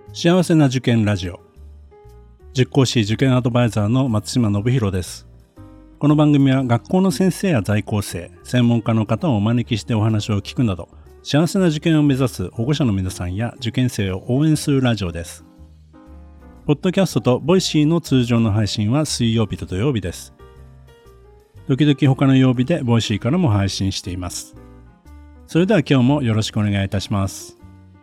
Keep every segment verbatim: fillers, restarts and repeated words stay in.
幸せな受験ラジオ、塾講師受験アドバイザーの松島信弘です。この番組は学校の先生や在校生、専門家の方をお招きしてお話を聞くなど、幸せな受験を目指す保護者の皆さんや受験生を応援するラジオです。ポッドキャストとボイシーの通常の配信は水曜日と土曜日です。時々他の曜日でボイシーからも配信しています。それでは今日もよろしくお願いいたします。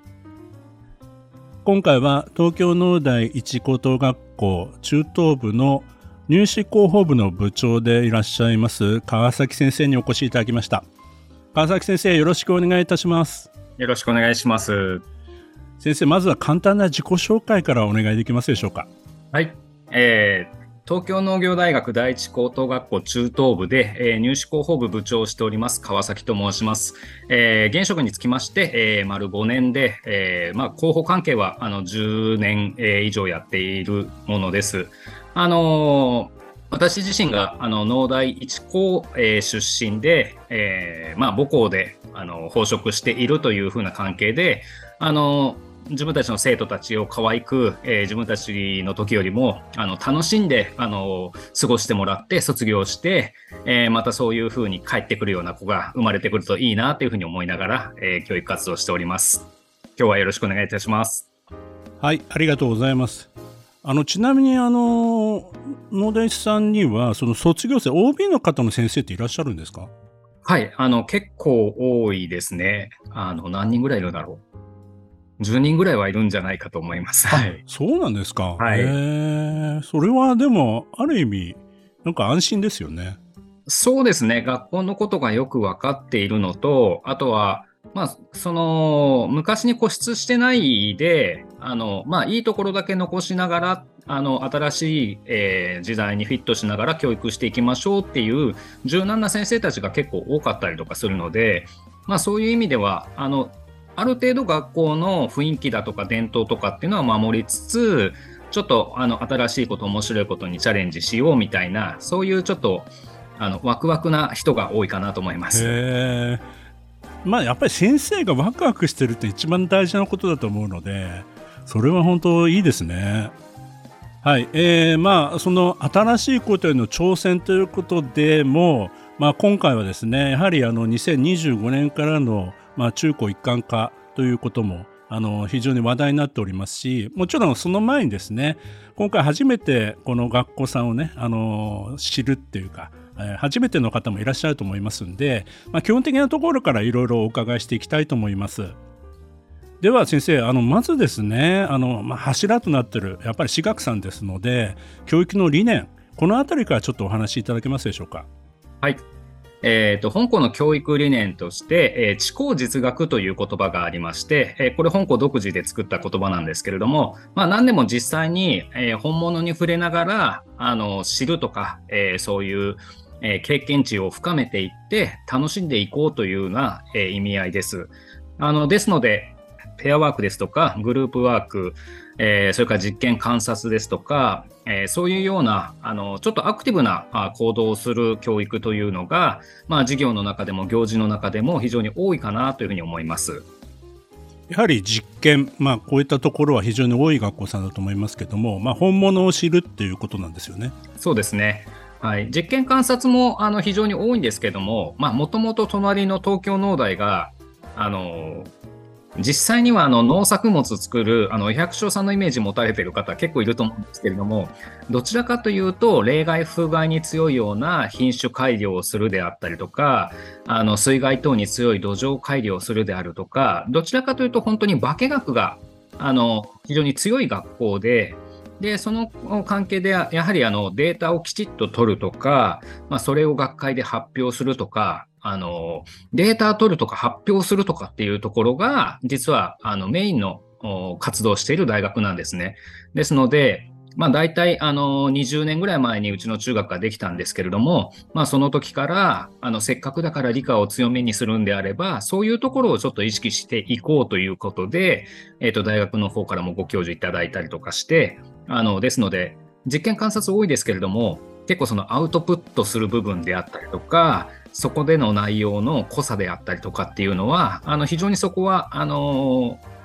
今回は東京農大一高等学校中等部の入試広報部の部長でいらっしゃいます川崎先生にお越しいただきました。川崎先生、よろしくお願いいたします。 よろしくお願いします。 先生、まずは簡単な自己紹介からお願いできますでしょうか。 はい、えー東京農業大学第一高等学校中等部で、えー、入試広報部部長をしております川崎と申します。えー、現職につきまして、えー、丸ごねんで、えーまあ、広報関係はあのじゅうねん、えー、以上やっているものです。あのー、私自身があの農大一高、えー、出身で、えーまあ、母校であの奉職しているというふうな関係で、あのー自分たちの生徒たちを可愛く、えー、自分たちの時よりもあの楽しんであの過ごしてもらって卒業して、えー、またそういう風に帰ってくるような子が生まれてくるといいなというふうに思いながら、えー、教育活動をしております。今日はよろしくお願いいたします。 はい、ありがとうございます。あのちなみにあの農大さんにはその卒業生 オービー の方の先生っていらっしゃるんですか？ はい、あの結構多いですね。あの何人ぐらいいるだろう。じゅうにんぐらいはいるんじゃないかと思います。はい、 そうなんですか。 はい、 へー、それはでもある意味なんか安心ですよね。 そうですね。学校のことがよく分かっているのと、あとは、まあ、その昔に固執してないで、あの、まあ、いいところだけ残しながら、あの新しい、えー、時代にフィットしながら教育していきましょうっていう柔軟な先生たちが結構多かったりとかするので、まあ、そういう意味ではあのある程度学校の雰囲気だとか伝統とかっていうのは守りつつ、ちょっとあの新しいこと、面白いことにチャレンジしようみたいな、そういうちょっとあのワクワクな人が多いかなと思います。 へー、まあやっぱり先生がワクワクしてるって一番大事なことだと思うので、それは本当いいですね。はい、えー、まあその新しいことへの挑戦ということでも、まあ、今回はですね、やはりあのにせんにじゅうごねんからのまあ中高一貫化ということもあの非常に話題になっておりますし、もちろんその前にですね、今回初めてこの学校さんをね、あの知るっていうか、初めての方もいらっしゃると思いますんで、まあ、基本的なところからいろいろお伺いしていきたいと思います。では先生、あのまずですね、あの、まあ、柱となっているやっぱり私学さんですので、教育の理念、このあたりからちょっとお話しいただけますでしょうか。 はい、えーと、本校の教育理念として、えー、知行実学という言葉がありまして、えー、これ本校独自で作った言葉なんですけれども、まあ、何でも実際に、えー、本物に触れながらあの知るとか、えー、そういう、えー、経験値を深めていって楽しんでいこうというような、えー、意味合いです。あのですのでペアワークですとかグループワーク、えー、それから実験観察ですとか、えー、そういうようなあのちょっとアクティブなあ行動をする教育というのが、まあ、授業の中でも行事の中でも非常に多いかなというふうに思います。 やはり実験、まあ、こういったところは非常に多い学校さんだと思いますけども、まあ、本物を知るっていうことなんですよね。 そうですね、はい、実験観察もあの非常に多いんですけども、もともと隣の東京農大があの実際にはあの農作物作るあの百姓さんのイメージ持たれている方結構いると思うんですけれども、どちらかというと冷害風害に強いような品種改良をするであったりとか、あの水害等に強い土壌改良をするであるとか、どちらかというと本当に化学があの非常に強い学校で、でその関係でやはりあのデータをきちっと取るとか、まあ、それを学会で発表するとか、あのデータ取るとか発表するとかっていうところが実はあのメインの活動をしている大学なんですね。ですので、まあ、大体あのにじゅうねんぐらい前にうちの中学ができたんですけれども、まあ、その時からあのせっかくだから理科を強めにするんであればそういうところをちょっと意識していこうということで、えーと、大学の方からもご教授いただいたりとかして、あのですので実験観察多いですけれども、結構そのアウトプットする部分であったりとか、そこでの内容の濃さであったりとかっていうのはあの非常にそこはあの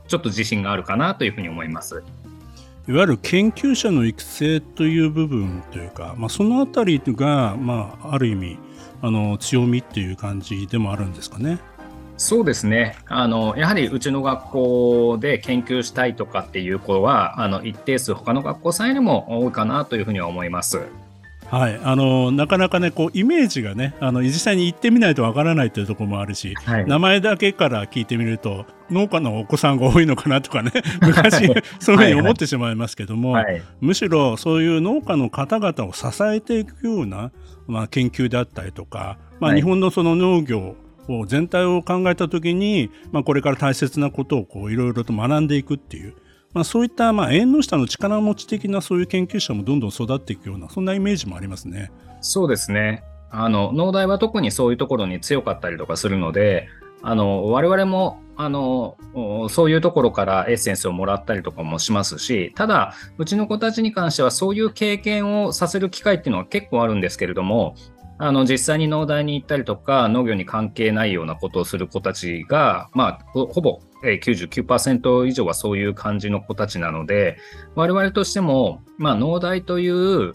ちょっと自信があるかなというふうに思います。 いわゆる研究者の育成という部分というか、まあ、そのあたりが、まあ、ある意味あの強みっていう感じでもあるんですかね。 そうですね。あの、やはりうちの学校で研究したいとかっていう子は、あの、一定数他の学校さんよりも多いかなというふうには思います。 はい、あのなかなかねこうイメージがねあの実際に行ってみないとわからないというところもあるし、 はい、 名前だけから聞いてみると農家のお子さんが多いのかなとかね昔そういうふうに思ってしまいますけども、 はいはい、 むしろそういう農家の方々を支えていくような、まあ、研究であったりとか、まあ、日本のその農業を全体を考えたときに、まあ、これから大切なことをこういろいろと学んでいくっていう、まあ、そういったまあ縁の下の力持ち的なそういう研究者もどんどん育っていくようなそんなイメージもありますね。 そうですね。あの農大は特にそういうところに強かったりとかするので、あの我々もあのそういうところからエッセンスをもらったりとかもしますし、ただうちの子たちに関してはそういう経験をさせる機会っていうのは結構あるんですけれども、あの実際に農大に行ったりとか農業に関係ないようなことをする子たちが、まあ、ほぼきゅうじゅうきゅうパーセント以上はそういう感じの子たちなので、我々としても、まあ、農大という、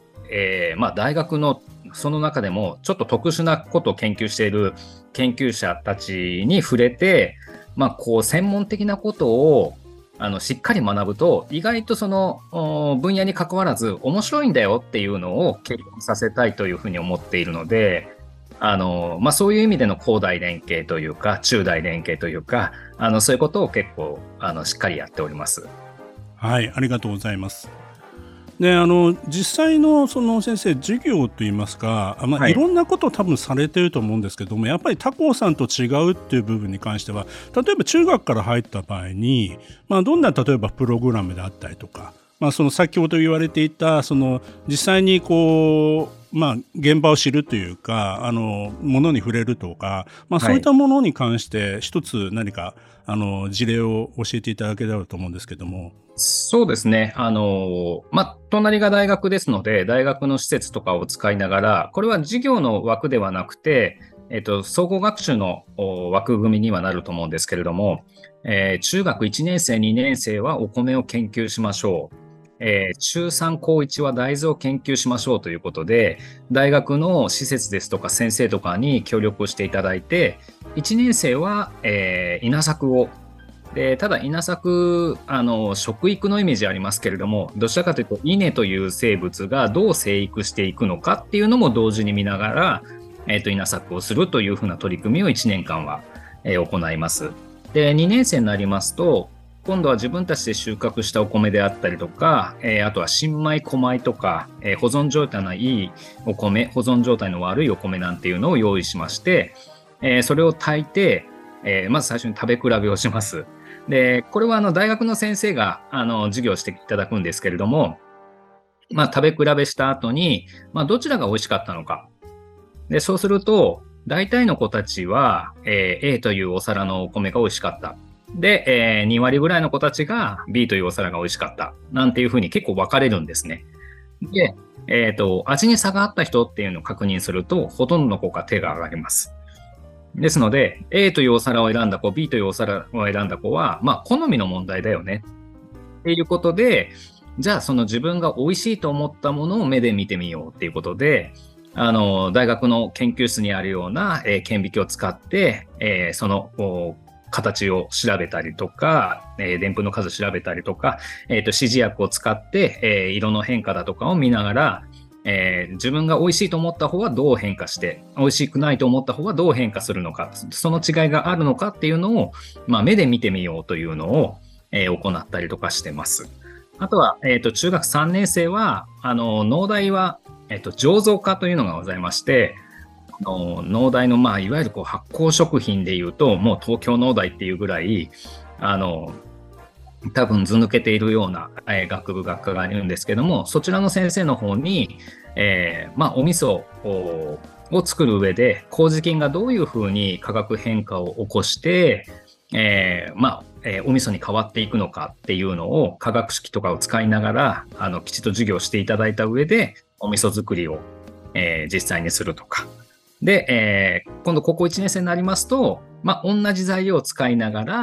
えーまあ、大学のその中でもちょっと特殊なことを研究している研究者たちに触れて、まあ、こう専門的なことをあのしっかり学ぶと意外とその分野に関わらず面白いんだよっていうのを経験させたいというふうに思っているので、あの、まあ、そういう意味での高大連携というか中大連携というか、あのそういうことを結構あのしっかりやっております。 はい、ありがとうございます。であの実際のその先生授業といいますか、まあ、 はい、 いろんなことを多分されてると思うんですけども、やっぱり他校さんと違うっていう部分に関しては、例えば中学から入った場合に、まあ、どんな例えばプログラムであったりとか、まあ、その先ほど言われていたその実際にこう、まあ、現場を知るというかあのものに触れるとか、まあ、そういったものに関して一つ何かあの事例を教えていただければと思うんですけども。 そうですね。あの、まあ、隣が大学ですので、大学の施設とかを使いながら、これは授業の枠ではなくて、えっと、総合学習の枠組みにはなると思うんですけれども、えー、中学いちねん生、にねん生はお米を研究しましょう。えー、中さん、高いちは大豆を研究しましょうということで、大学の施設ですとか先生とかに協力をしていただいて、いちねん生は、えー、稲作をでただ稲作あの食育のイメージありますけれども、どちらかというと稲という生物がどう生育していくのかっていうのも同時に見ながら、えー、と稲作をするというふうな取り組みをいちねんかんは、えー、行います。でにねん生になりますと、今度は自分たちで収穫したお米であったりとか、えー、あとは新米古米とか、えー、保存状態のいいお米、保存状態の悪いお米なんていうのを用意しまして、えー、それを炊いて、えー、まず最初に食べ比べをします。でこれはあの大学の先生があの授業していただくんですけれども、まあ、食べ比べした後に、まあ、どちらが美味しかったのか。でそうすると大体の子たちは、えー、A というお皿のお米が美味しかった。で、えー、に割ぐらいの子たちが B というお皿が美味しかった。なんていうふうに結構分かれるんですね。で、えーと、味に差があった人っていうのを確認すると、ほとんどの子が手が上がります。ですので A というお皿を選んだ子、 B というお皿を選んだ子は、まあ、好みの問題だよねっていうことで、じゃあその自分が美味しいと思ったものを目で見てみようっていうことで、あの大学の研究室にあるような、えー、顕微鏡を使って、えー、その形を調べたりとか、えー、でんぷんの数を調べたりとか、えー、と指示薬を使って、えー、色の変化だとかを見ながら、えー、自分が美味しいと思った方はどう変化して、美味しくないと思った方はどう変化するのか、その違いがあるのかっていうのを、まあ、目で見てみようというのを、えー、行ったりとかしてます。あとは、えー、と中学さんねん生はあの農大は、えー、と醸造科というのがございまして、あの農大の、まあ、いわゆるこう発酵食品でいうともう東京農大っていうぐらいあの多分図抜けているような、えー、学部学科があるんですけども、そちらの先生の方に、えーまあ、お味噌をを作る上で麹菌がどういうふうに化学変化を起こして、えーまあえー、お味噌に変わっていくのかっていうのを化学式とかを使いながらあのきちっと授業していただいた上でお味噌作りを、えー、実際にするとかで、えー、今度高校いちねん生になりますと、まあ、同じ材料を使いながら、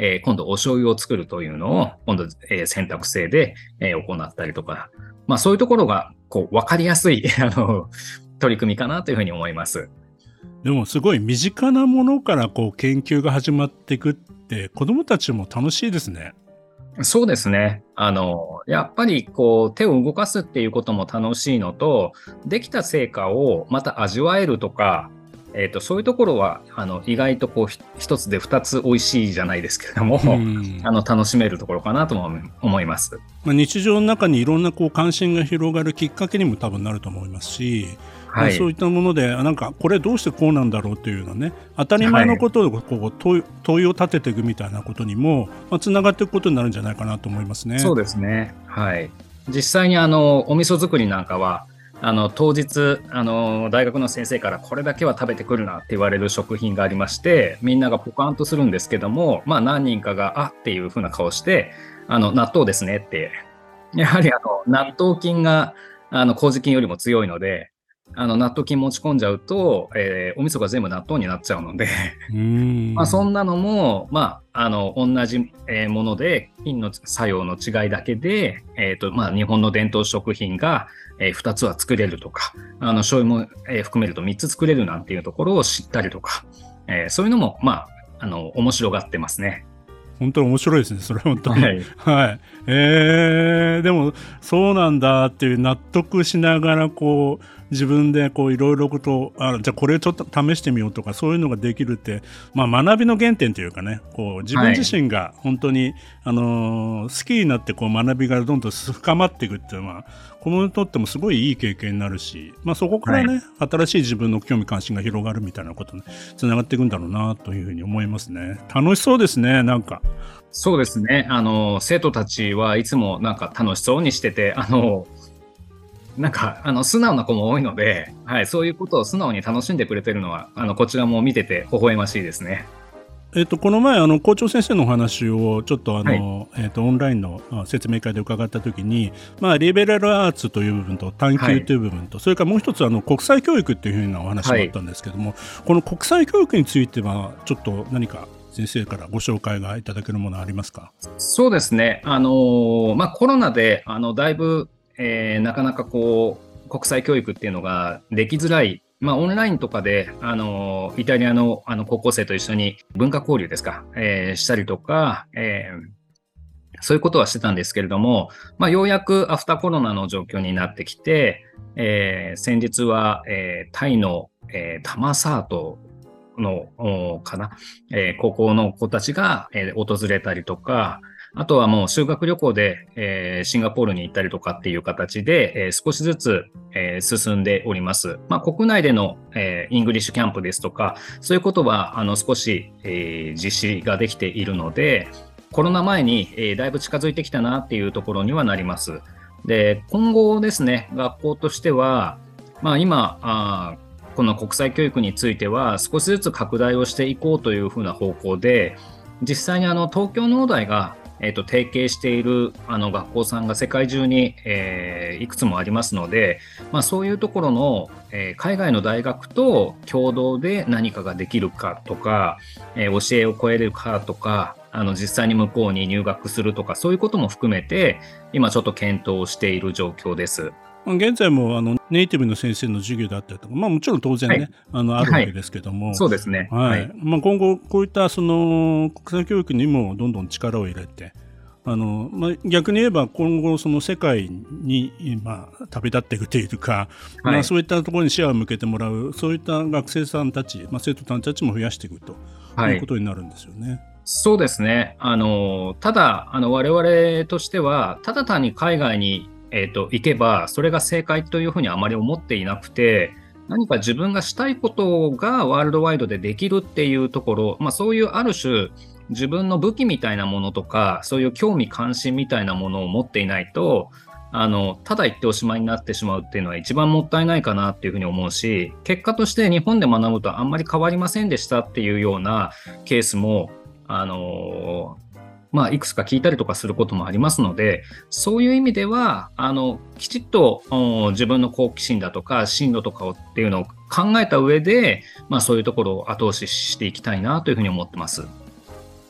えー今度お醤油を作るというのを、今度、えー選択制で、えー行ったりとか、まあそういうところが、こう、わかりやすい、あの、取り組みかなというふうに思います。 でもすごい身近なものからこう研究が始まっていくって子どもたちも楽しいですね。 そうですね。あの、やっぱりこう手を動かすっていうことも楽しいのと、できた成果をまた味わえるとか、えっと、そういうところは、あの、意外とこう、ひ一つで二つ美味しいじゃないですけれども、 うん、 あの、楽しめるところかなとも思います。 まあ、日常の中にいろんなこう関心が広がるきっかけにも多分なると思いますし、まあ、そうはい。 いったものであなんかこれどうしてこうなんだろうというようなね当たり前のはい。 ことをこう問い、問いを立てていくみたいなことにも、まあ、つながっていくことになるんじゃないかなと思いますね。 そうですね。はい。実際にあの、お味噌作りなんかは、あの、当日、あの、大学の先生からこれだけは食べてくるなって言われる食品がありまして、みんながポカンとするんですけども、まあ何人かが、あっていうふうな顔して、あの、納豆ですねって、やはりあの、納豆菌が、あの、麹菌よりも強いので、あの、納豆菌持ち込んじゃうと、えーお味噌が全部納豆になっちゃうので、 うーまあ、そんんなのも、まあ、あの、同じえーもので、菌の作用の違いだけで、えっと、まあ、日本の伝統食品が、えー、ふたつは作れるとか、あの、醤油も、えー含めるとみっつ作れるなんていうところを知ったりとか、えーそういうのも、まあ、あの、面白がってますね。 本当に面白いですねそれ本当に。 はい。 はい。えー、でもそうなんだっていう納得しながらこう自分でこういろいろことあじゃあこれちょっと試してみようとかそういうのができるって、まあ、学びの原点というかねこう自分はい。 自身が本当に、あのー好きになってこう学びがどんどん深まっていくっていうのは子供にとってもすごいいい経験になるし、まあ、そこかはい。 らね新しい自分の興味関心が広がるみたいなことにつながっていくんだろうなというふうに思いますね。楽しそうですねなんか。 そうですね。あの、生徒たちはいつもなんか楽しそうにしてて、あの、なんか、あの、素直な子も多いので、はい、そういうことを素直に楽しんでくれてるのは、あの、こちらも見てて微笑ましいですね。 えっと、この前あの校長先生のお話をちょっとあはい。 の、えっと、オンラインのあ説明会で伺ったときに、まあ、リベラルアーツという部分と探はい。 究という部分とそれからもう一つあの国際教育というふうなお話はい。 もあったんですけどもこの国際教育についてはちょっと何か先生からご紹介がいただけるものありますか？ そうですね。あのーまあ、コロナで、あの、だいぶ、えーなかなかこう、国際教育っていうのができづらい。まあ、オンラインとかで、あのーイタリアの、あの、高校生と一緒に文化交流ですか、えーしたりとか、えーそういうことはしてたんですけれども、まあ、ようやくアフターコロナの状況になってきて、えー先日は、えータイの、えータマサートの、おかな、えー高校の子たちが、えー訪れたりとか、あとはもう修学旅行で、えーシンガポールに行ったりとかっていう形で、えー少しずつ、えー進んでおります。まあ、国内での、えーイングリッシュキャンプですとか、そういうことはあの少し、えー実施ができているので、コロナ前に、えーだいぶ近づいてきたなっていうところにはなります。で、今後ですね、学校としては、まあ、今あー、この国際教育については少しずつ拡大をしていこうというふうな方向で、実際にあの東京農大が、えーと、提携しているあの学校さんが世界中に、えーいくつもありますので、まあ、そういうところの、えー海外の大学と共同で何かができるかとか、えー教えを超えるかとか、あの実際に向こうに入学するとか、そういうことも含めて今ちょっと検討している状況です。 まあ現在もあのネイティブの先生の授業だったりとか、まあ、もちろん当然ねはい。 あのあるわはい。 けですけども、 そうですね。はい。 はいまあ、今後こういったその国際教育にもどんどん力を入れてあの、まあ、逆に言えば今後その世界に、まあ、旅立っていくというか、まあ、 はい。 そういったところに視野を向けてもらうそういった学生さんたち、まあ、生徒さんたちも増やしていくというこはい。 とになるんですよね。 そうですね。あの、ただ、あの、我々としては、ただ単に海外に、えっと、行けば、それが正解というふうにあまり思っていなくて、何か自分がしたいことがワールドワイドでできるっていうところ、まあ、そういうある種、自分の武器みたいなものとか、そういう興味関心みたいなものを持っていないと、あの、ただ行っておしまいになってしまうっていうのは一番もったいないかなっていうふうに思うし、結果として日本で学ぶとあんまり変わりませんでしたっていうようなケースも、あのまあ、いくつか聞いたりとかすることもありますので、そういう意味では、あの、きちっとお自分の好奇心だとか、進路とかをっていうのを考えた上で、まあ、そういうところを後押ししていきたいなというふうに思ってます。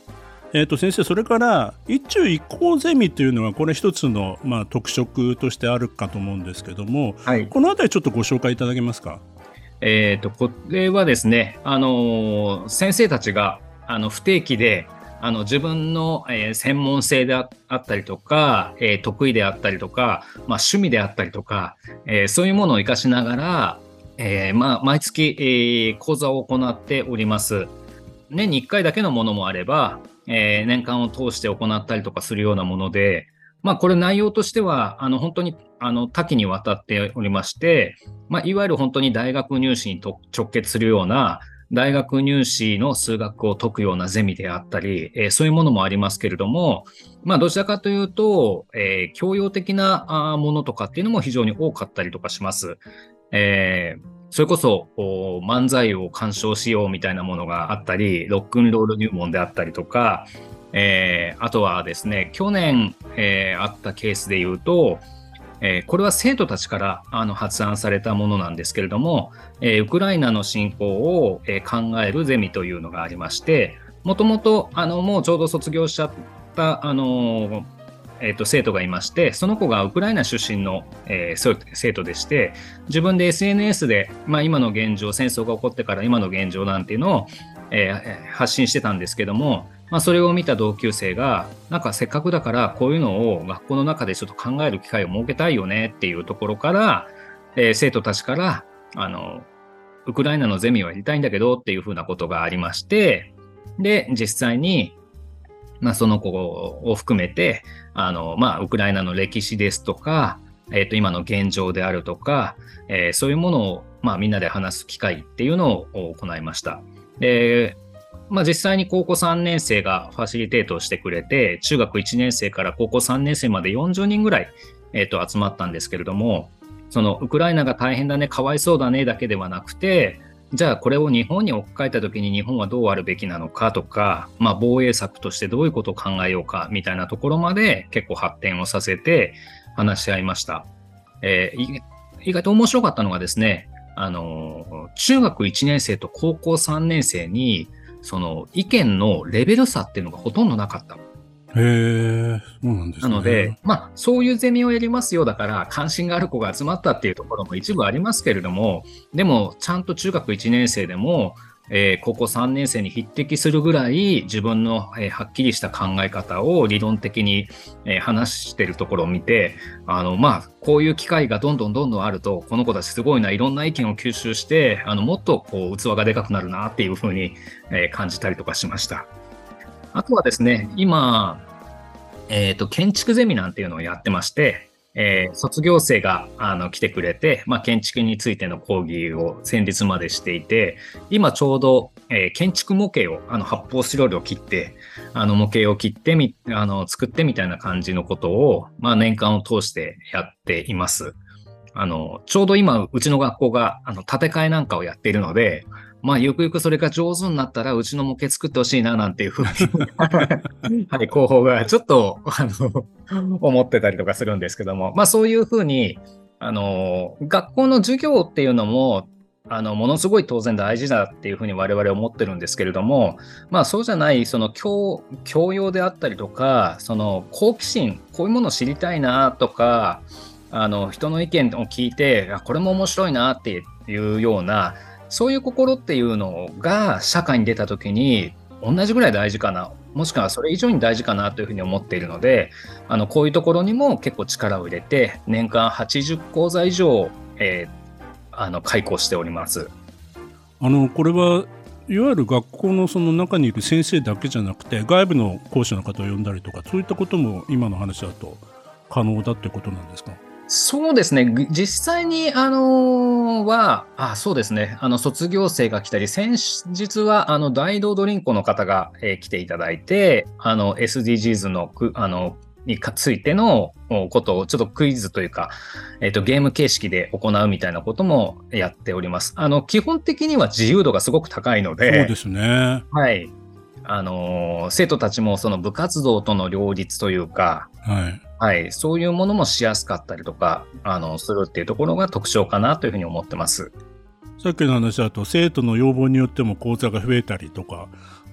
えー、と先生、それから一中一高ゼミというのはこれ一つの、まあ、特色としてあるかと思うんですけども、はい、このあたりちょっとご紹介いただけますか。 えー、とこれはですね、あのー、先生たちがあの不定期であの自分の、えー、専門性であったりとか、えー、得意であったりとか、まあ、趣味であったりとか、えー、そういうものを生かしながら、えーまあ、毎月、えー、講座を行っております。年にいっかいだけのものもあれば、えー、年間を通して行ったりとかするようなもので、まあ、これ内容としてはあの本当にあの多岐にわたっておりまして、まあ、いわゆる本当に大学入試にと直結するような大学入試の数学を解くようなゼミであったり、えー、そういうものもありますけれども、まあ、どちらかというと、えー、教養的なものとかっていうのも非常に多かったりとかします。えーそれこそ漫才を鑑賞しようみたいなものがあったり、ロックンロール入門であったりとか、えー、あとはですね、去年、えー、あったケースで言うと、えー、これは生徒たちからあの発案されたものなんですけれども、えー、ウクライナの侵攻を、えー、考えるゼミというのがありまして、もともとあのもうちょうど卒業しちゃったあのえー、と生徒がいまして、その子がウクライナ出身の、えー、生徒でして、自分で エスエヌエス で、まあ、今の現状、戦争が起こってから今の現状なんていうのを、えー、発信してたんですけども、まあ、それを見た同級生がなんかせっかくだからこういうのを学校の中でちょっと考える機会を設けたいよねっていうところから、えー、生徒たちからあのウクライナのゼミをやりたいんだけどっていうふうなことがありまして、で実際にまあ、その子を含めてあの、まあ、ウクライナの歴史ですとか、えー、と今の現状であるとか、えー、そういうものを、まあ、みんなで話す機会っていうのを行いました。で、まあ、実際に高校さんねん生がファシリテートをしてくれて、中学いちねん生から高校さんねん生までよんじゅうにんぐらい、えー、と集まったんですけれども、そのウクライナが大変だね、かわいそうだねだけではなくて、じゃあこれを日本に置き換えたときに日本はどうあるべきなのかとか、まあ、防衛策としてどういうことを考えようかみたいなところまで結構発展をさせて話し合いました。えー、意外と面白かったのがですね、あの中学いちねん生と高校さんねん生にその意見のレベル差っていうのがほとんどなかった。 へー、そうなんですね。 なので、まあ、そういうゼミをやりますよだから関心がある子が集まったっていうところも一部ありますけれども、でもちゃんと中学いちねん生でも、えー、高校さんねん生に匹敵するぐらい自分の、えー、はっきりした考え方を理論的に、えー、話しているところを見て、あの、まあ、こういう機会がどんどんどんどんあるとこの子たちすごいないろんな意見を吸収してあのもっとこう器がでかくなるなっていうふうに、えー、感じたりとかしました。あとはですね、今えーと、建築ゼミなんていうのをやってまして、えー、卒業生があの来てくれて、まあ、建築についての講義を先日までしていて、今ちょうど、えー、建築模型をあの発泡スチロールを切ってあの模型を切ってみあの作ってみたいな感じのことを、まあ、年間を通してやっています。あのちょうど今うちの学校があの建て替えなんかをやっているので、まあ、ゆくゆくそれが上手になったらうちの模型作ってほしいななんていうふうにはい、広報がちょっとあの思ってたりとかするんですけども、まあ、そういうふうにあの学校の授業っていうのもあのものすごい当然大事だっていうふうに我々思ってるんですけれども、まあ、そうじゃないその 教, 教養であったりとかその好奇心、こういうものを知りたいなとか、あの人の意見を聞いてこれも面白いなっていうようなそういう心っていうのが社会に出た時に同じぐらい大事かな、もしくはそれ以上に大事かなというふうに思っているので、あのこういうところにも結構力を入れて年間はちじゅう講座以上、えー、あの開講しております。 あのこれはいわゆる学校のその中にいる先生だけじゃなくて外部の講師の方を呼んだりとかそういったことも今の話だと可能だってことなんですか？ そうですね。実際に、あのー、は、あ、そうですね。あの、卒業生が来たり、先日は、あの、大道ドリンクの方が、えー、来ていただいて、あの、エスディージーズ の、あの、についてのことを、ちょっとクイズというか、えっと、ゲーム形式で行うみたいなこともやっております。あの、基本的には自由度がすごく高いので、 そうですね。 はい。あのー、生徒たちもその部活動との両立というか、 はい。 はい、そういうものもしやすかったりとかあのするっていうところが特徴かなというふうに思ってます。 さっきの話だと生徒の要望によっても講座が増えたりとか、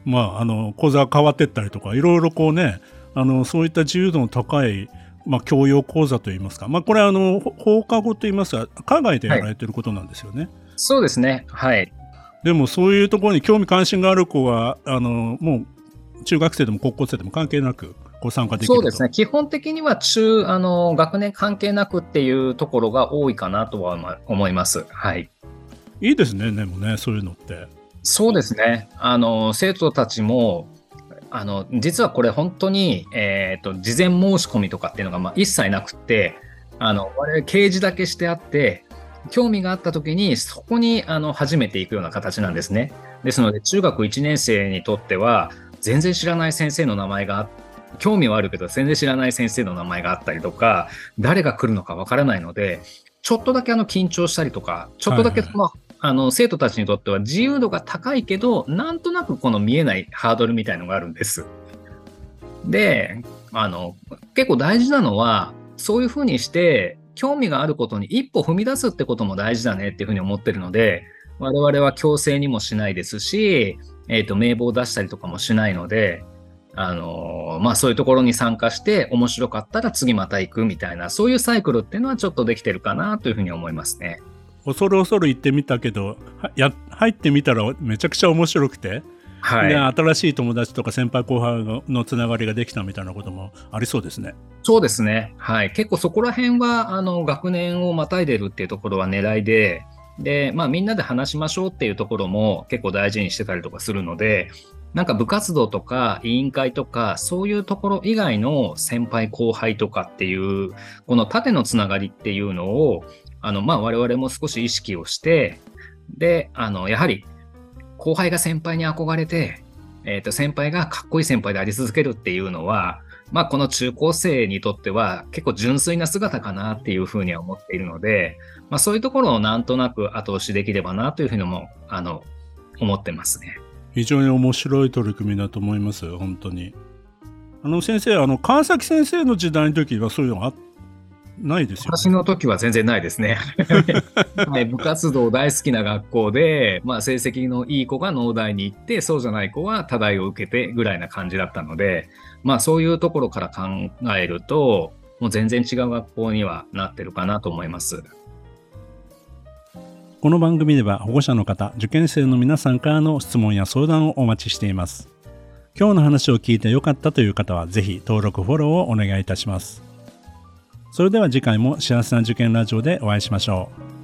まあ、あの講座が変わっていったりとか、いろいろこうね、あのそういった自由度の高い、まあ、教養講座といいますか、まあ、これはあの放課後といいますか、課外でやられていることなんですよね。はい、 そうですね。はい。 でもそういうところに興味関心がある子はあのもう中学生でも高校生でも関係なくご参加できると。 そうですね。基本的には中あの学年関係なくっていうところが多いかなとは思います。はい。 いいですね。でもね、そういうのって。 そうですね。あの生徒たちもあの実はこれ本当に、えーと、事前申し込みとかっていうのがまあ一切なくて、あの我々掲示だけしてあって、興味があった時にそこにあの初めて行くような形なんですね。ですので中学いちねん生にとっては全然知らない先生の名前があって、興味はあるけど全然知らない先生の名前があったりとか、誰が来るのかわからないので、ちょっとだけあの緊張したりとか、ちょっとだけ、はいはい、まあ、あの生徒たちにとっては自由度が高いけど、なんとなくこの見えないハードルみたいのがあるんです。で、あの結構大事なのは、そういうふうにして興味があることに一歩踏み出すってことも大事だねっていうふうに思ってるので、我々は強制にもしないですし、えーと、名簿を出したりとかもしないので、あのまあ、そういうところに参加して面白かったら次また行くみたいな、そういうサイクルっていうのはちょっとできてるかなというふうに思いますね。 恐る恐る行ってみたけど、や入ってみたらめちゃくちゃ面白くて、はい、で新しい友達とか先輩後輩のつながりができたみたいなこともありそうですね。 そうですね、はい、結構そこら辺はあの学年をまたいでるっていうところは狙いで、で、まあ、みんなで話しましょうっていうところも結構大事にしてたりとかするので、なんか部活動とか委員会とかそういうところ以外の先輩後輩とかっていうこの縦のつながりっていうのをあのまあ我々も少し意識をして、であのやはり後輩が先輩に憧れて、えーと先輩がかっこいい先輩であり続けるっていうのは、まあ、この中高生にとっては結構純粋な姿かなっていうふうには思っているので、まあ、そういうところをなんとなく後押しできればなというふうにもあの思ってますね。 非常に面白い取り組みだと思います。本当に。あの先生、あの川崎先生の時代の時はそういうのはないですよね。 私の時は全然ないですね、はい、部活動大好きな学校で、まあ、成績のいい子が農大に行って、そうじゃない子は多大を受けてぐらいな感じだったので、まあ、そういうところから考えるともう全然違う学校にはなってるかなと思います。 この番組では保護者の方、受験生の皆さんからの質問や相談をお待ちしています。今日の話を聞いてよかったという方はぜひ登録フォローをお願いいたします。それでは次回も幸せな受験ラジオでお会いしましょう。